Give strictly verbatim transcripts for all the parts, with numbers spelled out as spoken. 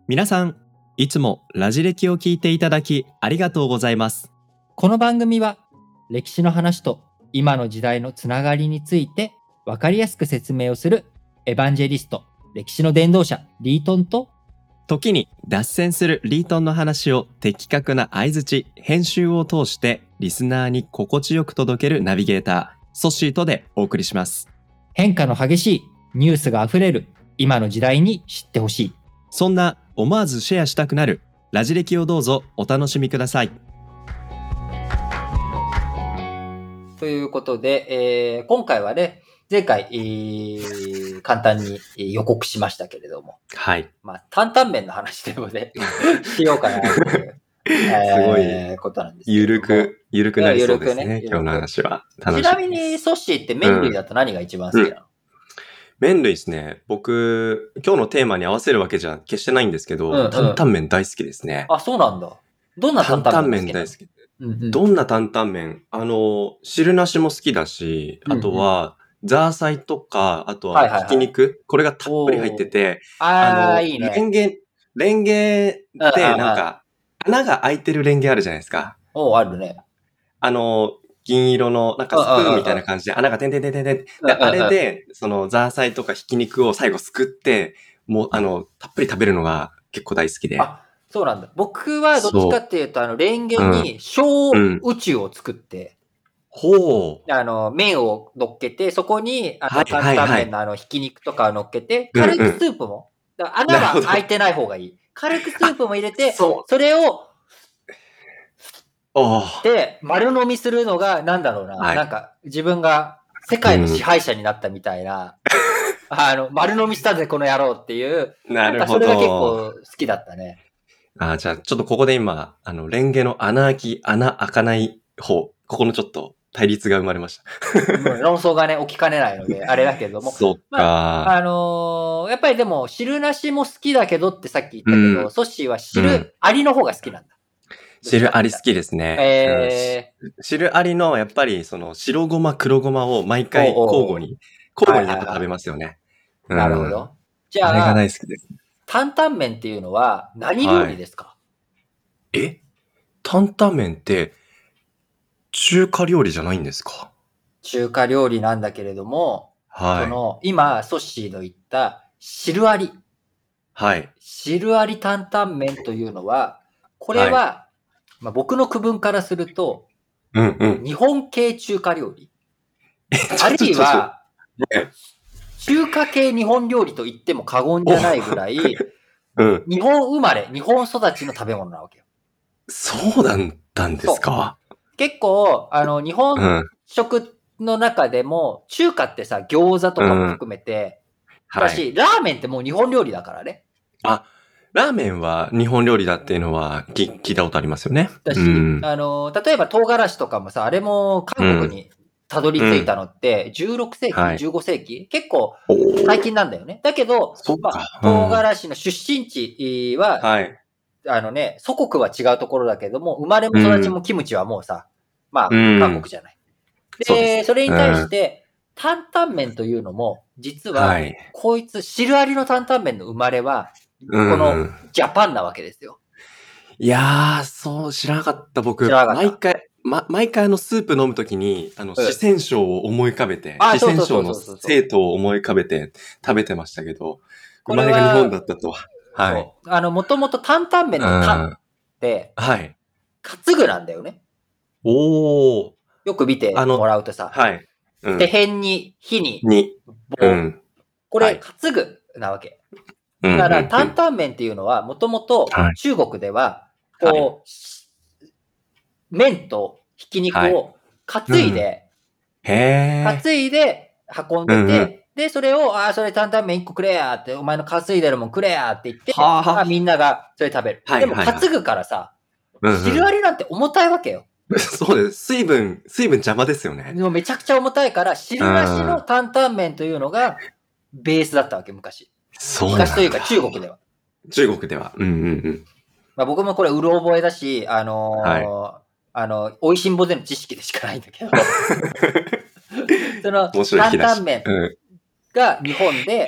皆さん、いつもラジ歴を聞いていただきありがとうございます。 この番組は歴史の話と今の時代のつながりについて分かりやすく説明をするエヴァンジェリスト、歴史の伝道者リートンと、 時に脱線するリートンの話を的確な相槌、編集を通してリスナーに心地よく届けるナビゲーター、ソッシーとでお送りします。 変化の激しいニュースがあふれる今の時代に知ってほしい。 そんな思わずシェアしたくなるラジ歴をどうぞお楽しみください。 ということで、えー、今回はね、前回、えー、簡単に予告しましたけれども、 はい。 まあ、担々麺の話でもね、しようかなという、えー、 すごいことなんですけども。 ゆるく、ゆるくなりそうですね、 ね今日の話は。楽しみちなみに、ソッシーって麺類だと何が一番好きなの？うんうん麺類ですね。僕、今日のテーマに合わせるわけじゃ決してないんですけど、 うんうん、 担々麺大好きですね。 あ、そうなんだ。どんな担々麺大好き。 うんうん、 どんな担々麺あの、汁なしも好きだし、あとは、うんうん、ザーサイとか、あとはひき肉、はいはいはい、これがたっぷり入ってて、 あの、いいね。 レンゲ、レンゲってなんか、穴が開いてるレンゲあるじゃないですか。 おー、あるね。 あの、銀色の、なんかスプーンみたいな感じで穴がてんてんてんてんてんで、あれで、そのザーサイとかひき肉を最後すくって、もう、あの、たっぷり食べるのが結構大好きで。 あ、そうなんだ。僕はどっちかっていうと、あの、レンゲに小宇宙を作って、 うん、ほう。 あの、麺を乗っけて、そこに、あの、担々麺のあの、ひき肉とかを乗っけて、軽くスープも、だから穴は開いてない方がいい。軽くスープも入れて、そ, それを、で、丸飲みするのが、なんだろうな、はい、なんか、自分が世界の支配者になったみたいな、うん、あの、丸飲みしたぜ、この野郎っていう、 なるほど。 なんかそれが結構好きだったね。 あ、じゃあ、ちょっとここで今、あの、レンゲの穴開き、穴開かない方、ここのちょっと対立が生まれました。 論争がね、起きかねないので、あれだけども。 そっか、 まあ。あのー、やっぱりでも、汁なしも好きだけどってさっき言ったけど、うん、ソッシーは汁ありの方が好きなんだ。 汁あり好きですね。 えー、 うん、汁ありの、やっぱり、その、白ごま、黒ごまを毎回交互に、交互にやっぱ食べますよね。 なるほど。じゃあ、 あれが大好きです。 担々麺っていうのは何料理ですか？はい、 え担々麺って、中華料理じゃないんですか？ 中華料理なんだけれども、はい、その、今、ソッシーの言った、汁あり。 はい。 汁あり担々麺というのは、これは、はい、まあ、僕の区分からすると、 うんうん、 日本系中華料理。あるいは、中華系日本料理と言っても過言じゃないぐらい、うん、日本生まれ、日本育ちの食べ物なわけよ。 そうだったんですか？ 結構、あの、日本食の中でも、中華ってさ、餃子とかも含めて、うん、だし、はい、ラーメンってもう日本料理だからね。 あ、ラーメンは日本料理だっていうのは聞いたことありますよね。 だし、うん、あの、例えば唐辛子とかもさ、あれも韓国にたどり着いたのって、じゅうろくせいき、はい、じゅうごせいき結構最近なんだよね。だけど、まあ、唐辛子の出身地は、はい、あのね、祖国は違うところだけども、生まれも育ちもキムチはもうさ、まあ、韓国じゃない。で、そ, でそれに対して、担々麺というのも、実は、はい、こいつ、汁ありの担々麺の生まれは、このジャパンなわけですよ。 いやー、そう、知らなかった、僕。毎回、ま、毎回あの、スープ飲むときに、あの、四川省を思い浮かべて、四川省の生徒を思い浮かべて食べてましたけど、生まれが日本だったとは。はい。 あの、もともと担々麺の担って、 はい。 担ぐなんだよね。 おー。 よく見てもらうとさ、 はい。 うん、手辺に、火に、 に、 棒。うん、これ、担ぐなわけ。だから、担々麺っていうのは、もともと中国では、こう、はい、麺とひき肉を担いで、 はいうん、 担いで運んでて、うんうん、で、それを、ああ、それ担々麺いっこくれやって、お前の担いでるもんくれやって言って、はあ、みんながそれ食べる。はい、でも、担ぐからさ、はいはい、汁ありなんて重たいわけよ。 そうです。水分、水分邪魔ですよね。 でもめちゃくちゃ重たいから、汁なしの担々麺というのがベースだったわけ、昔。 そう昔というか中国では。 中国では。うんうんうん。 まあ、僕もこれ、うろ覚えだし、あのーはい、あの、美味しんぼでの知識でしかないんだけど、その、担々麺が日本で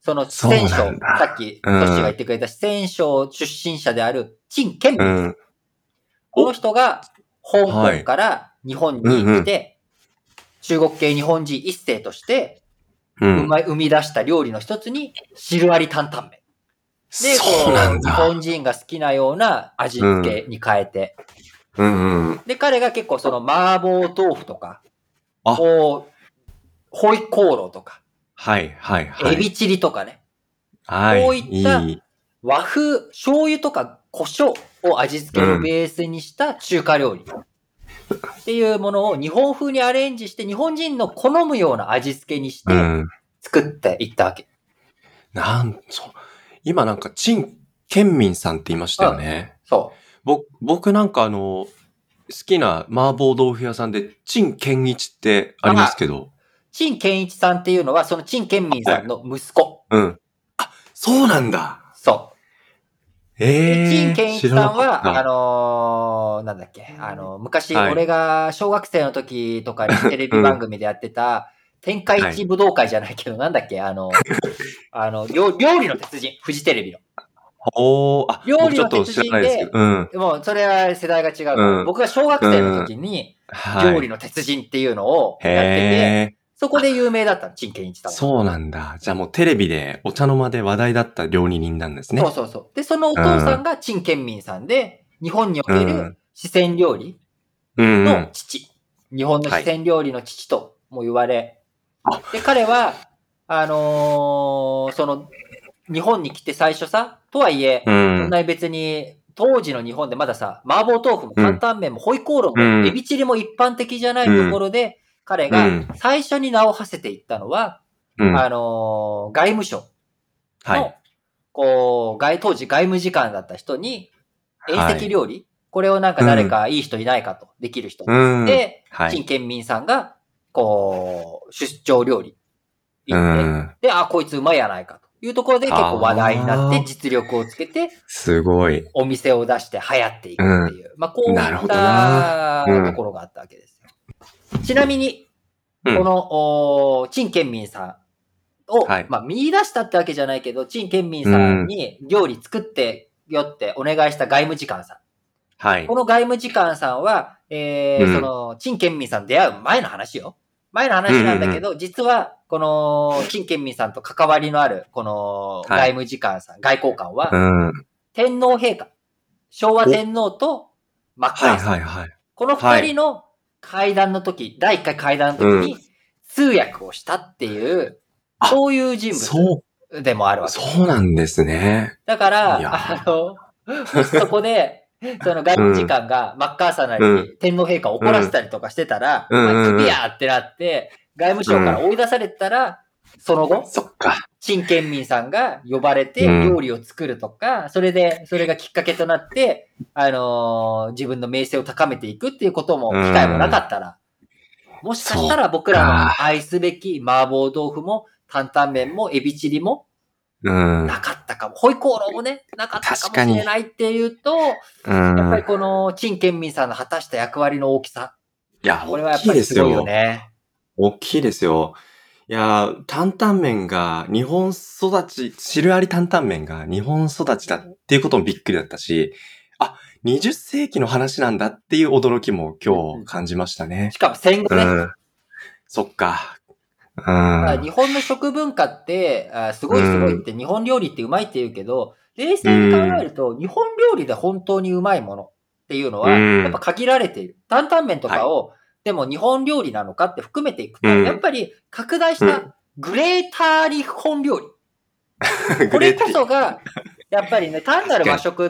その四川省、さっき、トッシーが言ってくれた四川省出身者である、陳建民さん。うん、この人が、香港から日本に来て、はい、中国系日本人一世として、うん、生み出した料理の一つに、汁あり担々麺。で、こう、日本人が好きなような味付けに変えて。うんうんうん、で、彼が結構その麻婆豆腐とか、こう、ホイコーローとか、 はいはいはい。 エビチリとかね。 はい。 こういった和風、醤油とか胡椒を味付けのベースにした中華料理。うん、っていうものを日本風にアレンジして日本人の好むような味付けにして作っていったわけ。 うん、なんそう。今なんか陳建民さんって言いましたよね。 うん、そう。 ぼ僕なんかあの、好きな麻婆豆腐屋さんで陳建一ってありますけど。 陳建一さんっていうのはその陳建民さんの息子。 はい、うん。あ、そうなんだ。 そう。 ええ陳健一さんは、あのー、なんだっけ、あの、昔、はい、俺が小学生の時とかにテレビ番組でやってた、うん、天下一武道会じゃないけど、はい、なんだっけ、あの、あの料、料理の鉄人、フジテレビの。 おー、あ、 料理の鉄人で、うん、もうそれは世代が違うから、うん、僕が小学生の時に、うん、料理の鉄人っていうのをやってて、はい、そこで有名だったの、陳健一さんは。 そうなんだ。じゃあもうテレビでお茶の間で話題だった料理人なんですね。 そうそうそう。で、そのお父さんが陳建民さんで、日本における四川料理の父。うん、日本の四川料理の父とも言われ。はい、で、彼は、あのー、その、日本に来て最初さ、とはいえ、うん、そんなに別に、当時の日本でまださ、麻婆豆腐も担々麺もホイコーローもエビチリも一般的じゃないところで、うん、彼が最初に名を馳せていったのは、うん、あのー、外務省の、はい、こう、外、当時外務次官だった人に、遠赤料理、はい、これをなんか誰かいい人いないかと、うん、できる人。で、陳建民さんが、こう、出張料理行って、うん、で、あ、こいつうまいやないかというところで結構話題になって実力をつけて、 すごい。 お店を出して流行っていくっていう、うん、まあこういったところがあったわけですよ。うん、ちなみに、この、うん、陳建民さんを、はい、まあ見出したってわけじゃないけど、陳建民さんに料理作ってよってお願いした外務次官さん。はい。この外務次官さんは、えー、うん、その、陳建民さん出会う前の話よ。前の話なんだけど、うんうんうん、実は、この、陳建民さんと関わりのある、この、外務次官さん、はい、外交官は、うん、天皇陛下、昭和天皇とマッカーサー。はいはいはい、この二人の会談の時、はい、だいいっかい会談の時に、通訳をしたっていう、うん、そういう人物でもあるわけ。 そうなんですね。 だから、あの、そこで、その外務次官がマッカーサーなりに天皇陛下を怒らせたりとかしてたら、うん、お前クビやってなって、外務省から追い出されたら、その後、 そっか。 陳建民さんが呼ばれて料理を作るとか、うん、それで、それがきっかけとなって、あのー、自分の名声を高めていくっていうことも、機会もなかったら、うん、もしかしたら僕らの愛すべき麻婆豆腐も、担々麺も、エビチリも、うん、なかったかも。ホイコーローもね、なかったかもしれないっていうと、うん、やっぱりこの、陳建民さんの果たした役割の大きさ。 いや、これはやっぱりすごいよね。大きいですよ。いや、担々麺が日本育ち、汁あり担々麺が日本育ちだっていうこともびっくりだったし、あ、にじゅっ世紀の話なんだっていう驚きも今日感じましたね。うん、 しかも戦後ね。うん、 そっか。 うん、日本の食文化って、あすごいすごいって、日本料理ってうまいって言うけど、冷静に考えると、日本料理で本当にうまいものっていうのは、やっぱ限られている。担々麺とかを、はい、でも日本料理なのかって含めていくと、やっぱり拡大したグレーター日本料理。これこそが、やっぱりね、単なる和食って、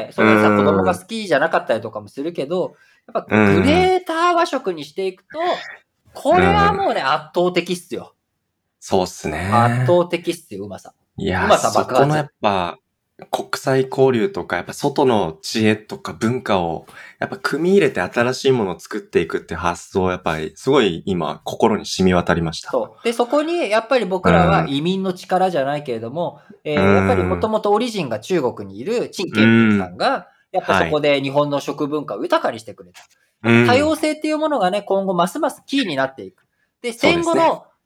それさ、子供が好きじゃなかったりとかもするけど、やっぱグレーター和食にしていくと、これはもうね、うん、圧倒的っすよ。 そうっすね。 圧倒的っすよ、うまさ。 いや、うまさ爆発。そこのやっぱ、国際交流とか、やっぱ外の知恵とか文化を、やっぱ組み入れて新しいものを作っていくっていう発想、やっぱりすごい今、心に染み渡りました。 そう。で、そこに、やっぱり僕らは移民の力じゃないけれども、うん、えー、やっぱりもともとオリジンが中国にいる陳建民さんが、やっぱそこで日本の食文化を豊かにしてくれた。多様性っていうものがね、今後ますますキーになっていく。で、戦後の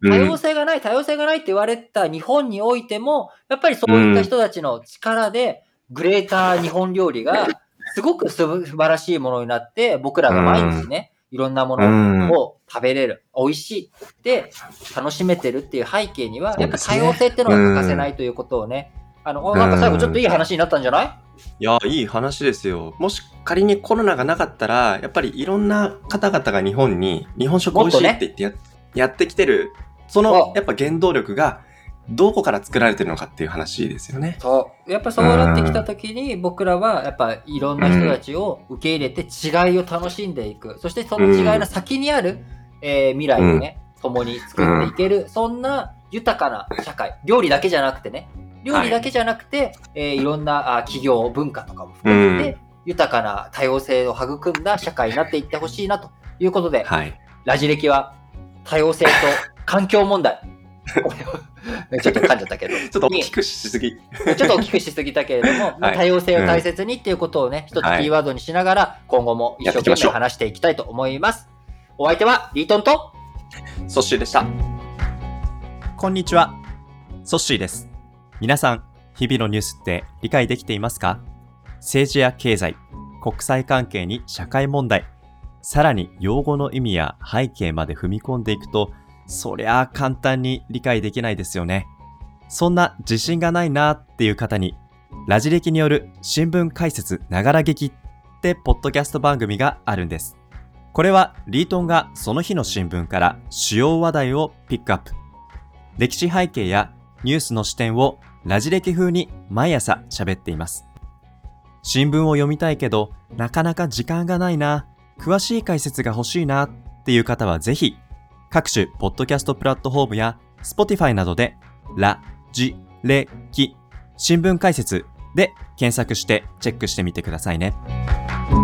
多様性がない、多様性がないって言われた日本においても、やっぱりそういった人たちの力で、グレーター日本料理がすごく素晴らしいものになって、僕らが毎日ね、いろんなものを食べれる、美味しいって楽しめてるっていう背景には、やっぱ多様性っていうのが欠かせないということをね、あの、なんか最後ちょっといい話になったんじゃない？ いや、いい話ですよ。もし仮にコロナがなかったら、やっぱりいろんな方々が日本に日本食美味しいって言って や,、ね、やってきてる、そのやっぱ原動力がどこから作られてるのかっていう話ですよね。 そう。やっぱそうなってきた時に僕らはやっぱいろんな人たちを受け入れて違いを楽しんでいく。そしてその違いの先にある、えー、未来をね、共に作っていける。そんな豊かな社会。料理だけじゃなくてね。料理だけじゃなくて、はい、えー、いろんなあ企業文化とかも含めて、うん、豊かな多様性を育んだ社会になっていってほしいなということで、はい、ラジ歴は多様性と環境問題ちょっと噛んじゃったけどちょっと大きくしすぎちょっと大きくしすぎたけれども、はい、多様性を大切にっていうことをね、うん、一つキーワードにしながら今後も一生懸命話していきたいと思います。お相手はリートンとソッシーでした。 こんにちは、ソッシーです。皆さん、日々のニュースって理解できていますか？政治や経済、国際関係に社会問題、さらに用語の意味や背景まで踏み込んでいくと、そりゃあ簡単に理解できないですよね。そんな自信がないなっていう方に、ラジ歴による新聞解説ながら劇ってポッドキャスト番組があるんです。これはリートンがその日の新聞から主要話題をピックアップ。歴史背景やニュースの視点をラジ歴風に毎朝喋っています。新聞を読みたいけど、なかなか時間がないな、詳しい解説が欲しいなっていう方はぜひ、各種ポッドキャストプラットフォームや Spotify などでラジレキ新聞解説で検索してチェックしてみてくださいね。